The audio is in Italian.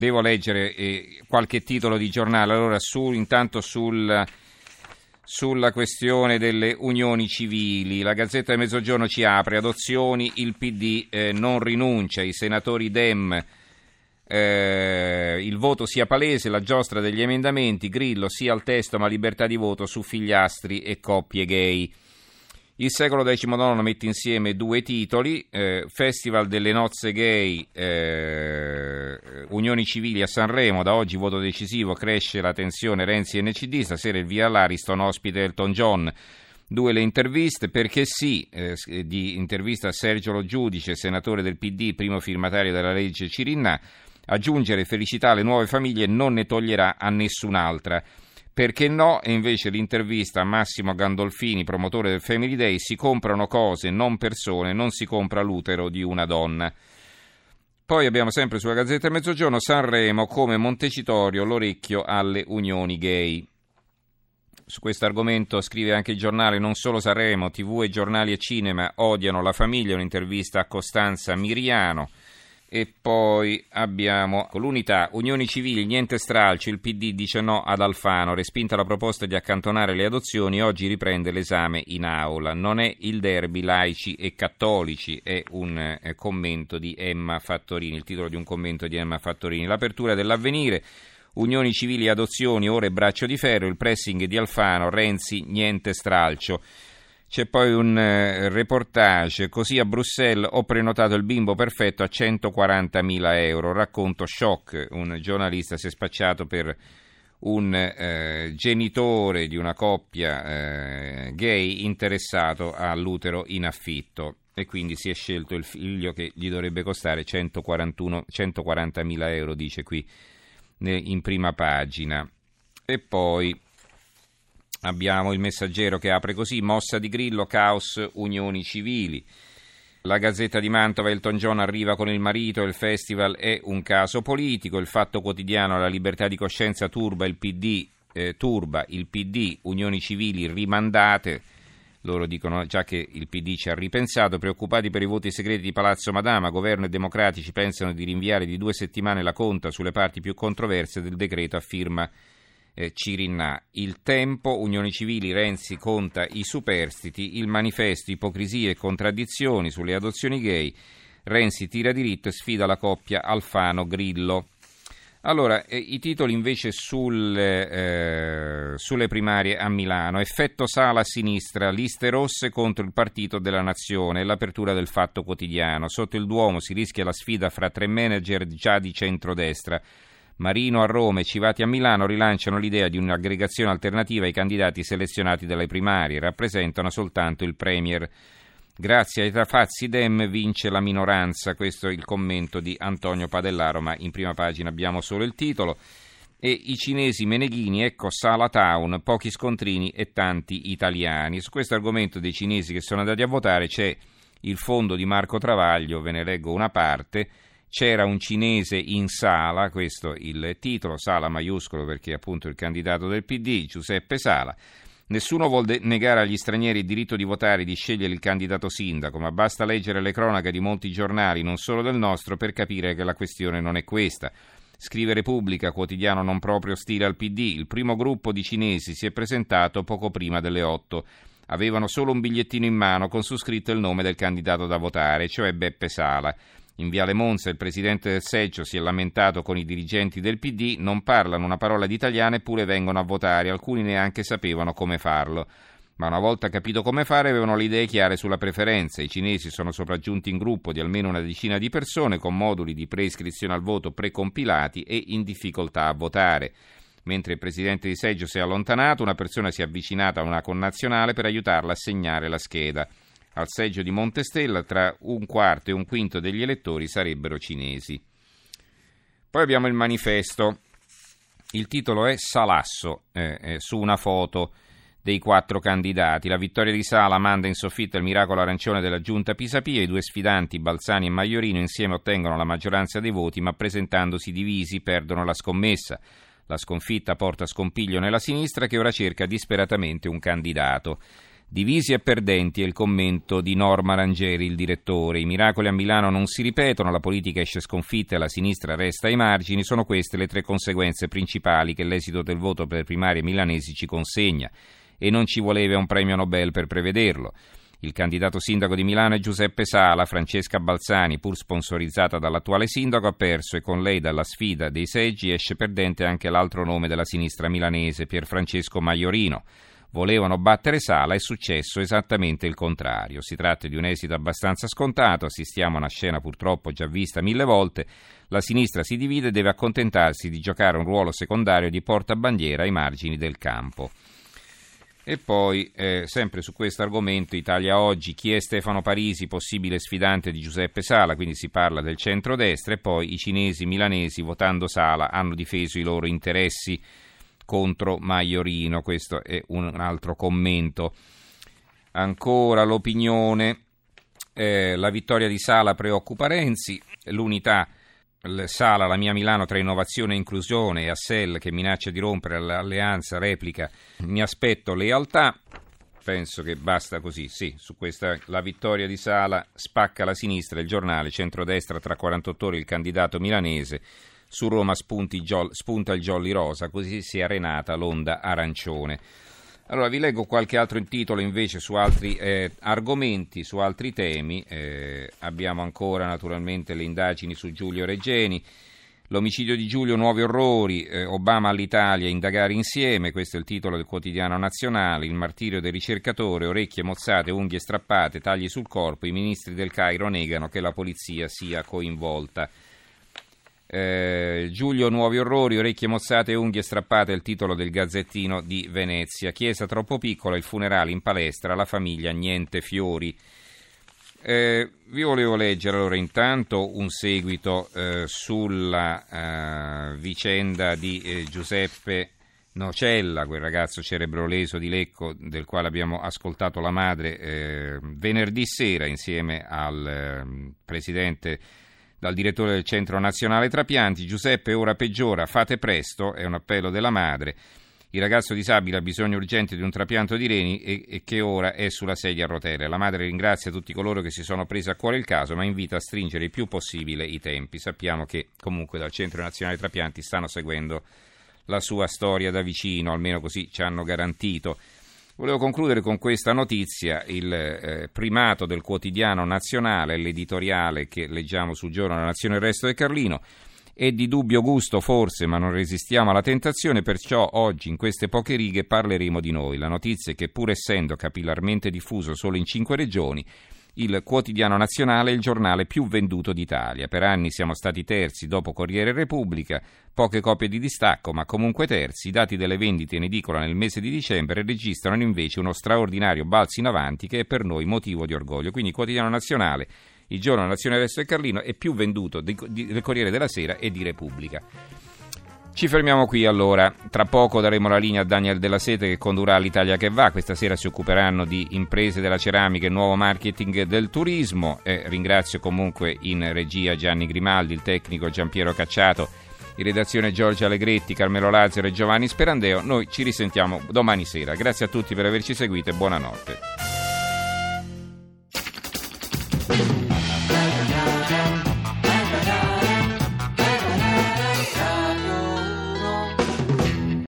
Devo leggere qualche titolo di giornale. Allora, intanto sulla questione delle unioni civili, la Gazzetta del Mezzogiorno ci apre: adozioni, il PD non rinuncia, i senatori Dem, il voto sia palese, la giostra degli emendamenti, Grillo sia al testo ma libertà di voto su figliastri e coppie gay. Il Secolo XIX mette insieme due titoli: Festival delle nozze gay, unioni civili a Sanremo, da oggi voto decisivo, cresce la tensione Renzi-NCD, stasera il via all'Ariston, ospite Elton John. Due le interviste, perché sì, di intervista a Sergio Lo Giudice, senatore del PD, primo firmatario della legge Cirinnà, aggiungere felicità alle nuove famiglie non ne toglierà a nessun'altra. Perché no? E invece l'intervista a Massimo Gandolfini, promotore del Family Day: si comprano cose, non persone, non si compra l'utero di una donna. Poi abbiamo sempre sulla Gazzetta del Mezzogiorno Sanremo come Montecitorio, l'orecchio alle unioni gay. Su questo argomento scrive anche il giornale: non solo Sanremo, TV e giornali e cinema odiano la famiglia, un'intervista a Costanza Miriano. E poi abbiamo l'Unità, unioni civili, niente stralcio, il PD dice no ad Alfano, respinta la proposta di accantonare le adozioni, oggi riprende l'esame in aula. Non è il derby laici e cattolici, è un commento di Emma Fattorini, il titolo di un commento di Emma Fattorini. L'apertura dell'Avvenire, unioni civili e adozioni, ore braccio di ferro, il pressing di Alfano, Renzi niente stralcio. C'è poi un reportage: così a Bruxelles ho prenotato il bimbo perfetto a 140.000 euro, racconto shock, un giornalista si è spacciato per un genitore di una coppia gay interessato all'utero in affitto e quindi si è scelto il figlio che gli dovrebbe costare 140.000 euro, dice qui in prima pagina. E poi abbiamo il Messaggero che apre così: mossa di Grillo, caos unioni civili. La Gazzetta di Mantova, Elton John arriva con il marito, il festival è un caso politico. Il Fatto Quotidiano, la libertà di coscienza turba il PD, unioni civili rimandate. Loro dicono già che il PD ci ha ripensato, preoccupati per i voti segreti di Palazzo Madama, governo e democratici pensano di rinviare di 2 settimane la conta sulle parti più controverse del decreto a firma Cirinnà. Il Tempo, unioni civili, Renzi conta i superstiti. Il Manifesto, ipocrisie e contraddizioni sulle adozioni gay, Renzi tira diritto e sfida la coppia Alfano-Grillo. Allora, i titoli invece sulle primarie a Milano: effetto Sala a sinistra, liste rosse contro il Partito della Nazione, l'apertura del Fatto Quotidiano. Sotto il Duomo si rischia la sfida fra 3 manager già di centrodestra. Marino a Roma e Civati a Milano rilanciano l'idea di un'aggregazione alternativa ai candidati selezionati dalle primarie, rappresentano soltanto il Premier. Grazie ai trafazzi Dem vince la minoranza, questo è il commento di Antonio Padellaro, ma in prima pagina abbiamo solo il titolo. E i cinesi Meneghini, ecco Sala Town, pochi scontrini e tanti italiani. Su questo argomento dei cinesi che sono andati a votare c'è il fondo di Marco Travaglio, ve ne leggo una parte. C'era un cinese in sala, questo il titolo, Sala maiuscolo perché è appunto il candidato del PD, Giuseppe Sala. Nessuno vuol negare agli stranieri il diritto di votare e di scegliere il candidato sindaco, ma basta leggere le cronache di molti giornali, non solo del nostro, per capire che la questione non è questa. Scrive Repubblica, quotidiano non proprio ostile al PD, il primo gruppo di cinesi si è presentato poco prima delle 8. Avevano solo un bigliettino in mano con su scritto il nome del candidato da votare, cioè Beppe Sala. In Viale Monza il presidente del seggio si è lamentato con i dirigenti del PD, non parlano una parola di italiano eppure vengono a votare, alcuni neanche sapevano come farlo. Ma una volta capito come fare avevano le idee chiare sulla preferenza. I cinesi sono sopraggiunti in gruppo di almeno una decina di persone con moduli di preiscrizione al voto precompilati e in difficoltà a votare. Mentre il presidente di seggio si è allontanato, una persona si è avvicinata a una connazionale per aiutarla a segnare la scheda. Al seggio di Montestella tra un quarto e un quinto degli elettori sarebbero cinesi. Poi abbiamo il Manifesto, il titolo è Salasso, su una foto dei 4 candidati. La vittoria di Sala manda in soffitta il miracolo arancione della giunta Pisapia, i 2 sfidanti Balzani e Maiorino insieme ottengono la maggioranza dei voti ma presentandosi divisi perdono la scommessa. La sconfitta porta scompiglio nella sinistra che ora cerca disperatamente un candidato. Divisi e perdenti è il commento di Norma Rangeri, il direttore. I miracoli a Milano non si ripetono, la politica esce sconfitta e la sinistra resta ai margini. Sono queste le 3 conseguenze principali che l'esito del voto per le primarie milanesi ci consegna. E non ci voleva un premio Nobel per prevederlo. Il candidato sindaco di Milano è Giuseppe Sala. Francesca Balzani, pur sponsorizzata dall'attuale sindaco, ha perso e con lei dalla sfida dei seggi esce perdente anche l'altro nome della sinistra milanese, Pierfrancesco Maiorino. Volevano battere Sala, è successo esattamente il contrario. Si tratta di un esito abbastanza scontato, assistiamo a una scena purtroppo già vista 1000 volte. La sinistra si divide e deve accontentarsi di giocare un ruolo secondario di portabandiera ai margini del campo. E poi, sempre su questo argomento, Italia Oggi, chi è Stefano Parisi, possibile sfidante di Giuseppe Sala, quindi si parla del centrodestra, e poi i cinesi milanesi, votando Sala, hanno difeso i loro interessi contro Maiorino. Questo è un altro commento. Ancora l'Opinione, la vittoria di Sala preoccupa Renzi, l'unità, Sala, la mia Milano tra innovazione e inclusione, e Assel che minaccia di rompere l'alleanza, replica, mi aspetto lealtà. Penso che basta così, sì, su questa, la vittoria di Sala spacca la sinistra, il Giornale, centrodestra tra 48 ore il candidato milanese, su Roma spunta il jolly rosa, così si è arenata l'onda arancione. Allora vi leggo qualche altro titolo invece su altri argomenti, su altri temi. Abbiamo ancora naturalmente le indagini su Giulio Regeni, l'omicidio di Giulio, nuovi orrori, Obama all'Italia, indagare insieme, questo è il titolo del quotidiano nazionale, il martirio del ricercatore, orecchie mozzate, unghie strappate, tagli sul corpo, i ministri del Cairo negano che la polizia sia coinvolta. Giulio, nuovi orrori, orecchie mozzate e unghie strappate è il titolo del Gazzettino di Venezia. Chiesa troppo piccola, il funerale in palestra, la famiglia niente fiori. Vi volevo leggere allora intanto un seguito sulla vicenda di Giuseppe Nocella, quel ragazzo cerebroleso di Lecco del quale abbiamo ascoltato la madre venerdì sera insieme al presidente, dal direttore del Centro Nazionale Trapianti. Giuseppe ora peggiora, fate presto, è un appello della madre. Il ragazzo disabile ha bisogno urgente di un trapianto di reni e che ora è sulla sedia a rotelle. La madre ringrazia tutti coloro che si sono presi a cuore il caso, ma invita a stringere il più possibile i tempi. Sappiamo che comunque dal Centro Nazionale Trapianti stanno seguendo la sua storia da vicino, almeno così ci hanno garantito. Volevo concludere con questa notizia, il primato del quotidiano nazionale, l'editoriale che leggiamo sul giorno La Nazione e il Resto del Carlino, è di dubbio gusto forse, ma non resistiamo alla tentazione, perciò oggi in queste poche righe parleremo di noi. La notizia è che pur essendo capillarmente diffuso solo in 5 regioni, il quotidiano nazionale è il giornale più venduto d'Italia. Per anni siamo stati terzi dopo Corriere e Repubblica, poche copie di distacco, ma comunque terzi. I dati delle vendite in edicola nel mese di dicembre registrano invece uno straordinario balzo in avanti che è per noi motivo di orgoglio. Quindi il quotidiano nazionale, il giorno della Nazione del Resto del Carlino, è più venduto del Corriere della Sera e di Repubblica. Ci fermiamo qui allora, tra poco daremo la linea a Daniel Della Sete che condurrà l'Italia che va. Questa sera si occuperanno di imprese della ceramica e nuovo marketing del turismo. Ringrazio comunque in regia Gianni Grimaldi, il tecnico Giampiero Cacciato, in redazione Giorgia Allegretti, Carmelo Lazzaro e Giovanni Sperandeo. Noi ci risentiamo domani sera. Grazie a tutti per averci seguito e buonanotte.